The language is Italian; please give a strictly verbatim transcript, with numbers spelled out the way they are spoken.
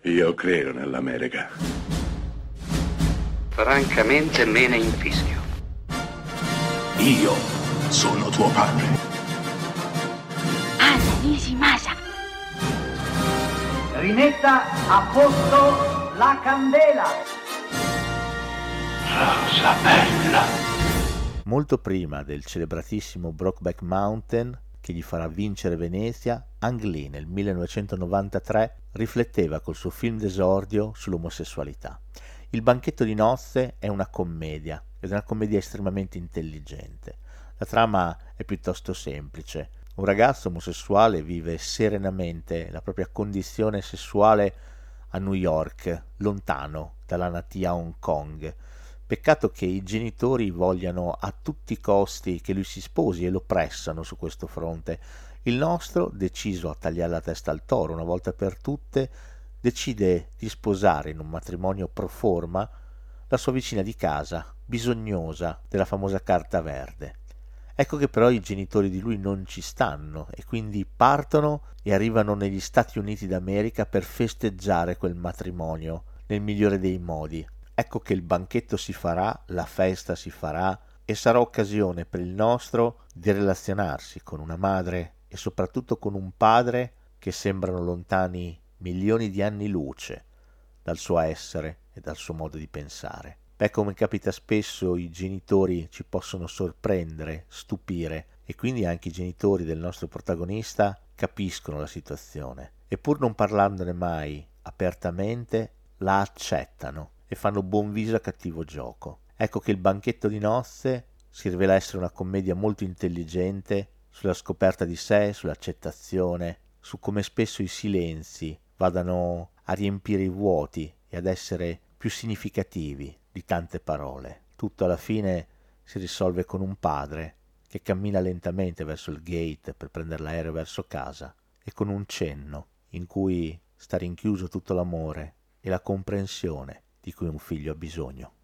Io credo nell'America. Francamente me ne infischio. Io sono tuo padre. Anna Nishimasa. Rimetta a posto la candela. Rosa bella. Molto prima del celebratissimo Brokeback Mountain, che gli farà vincere Venezia, Ang Lee nel millenovecentonovantatré rifletteva col suo film d'esordio sull'omosessualità. Il banchetto di nozze è una commedia, ed è una commedia estremamente intelligente. La trama è piuttosto semplice. Un ragazzo omosessuale vive serenamente la propria condizione sessuale a New York, lontano dalla natia Hong Kong. Peccato che i genitori vogliano a tutti i costi che lui si sposi e lo pressano su questo fronte. Il nostro, deciso a tagliare la testa al toro una volta per tutte, decide di sposare in un matrimonio pro forma la sua vicina di casa, bisognosa della famosa carta verde. Ecco che però i genitori di lui non ci stanno e quindi partono e arrivano negli Stati Uniti d'America per festeggiare quel matrimonio nel migliore dei modi. Ecco che il banchetto si farà, la festa si farà e sarà occasione per il nostro di relazionarsi con una madre e soprattutto con un padre che sembrano lontani milioni di anni luce dal suo essere e dal suo modo di pensare. Beh, come capita spesso, i genitori ci possono sorprendere, stupire, e quindi anche i genitori del nostro protagonista capiscono la situazione e pur non parlandone mai apertamente la accettano e fanno buon viso a cattivo gioco. Ecco che il banchetto di nozze si rivela essere una commedia molto intelligente sulla scoperta di sé, sull'accettazione, su come spesso i silenzi vadano a riempire i vuoti e ad essere più significativi di tante parole. Tutto alla fine si risolve con un padre che cammina lentamente verso il gate per prendere l'aereo verso casa e con un cenno in cui sta rinchiuso tutto l'amore e la comprensione di cui un figlio ha bisogno.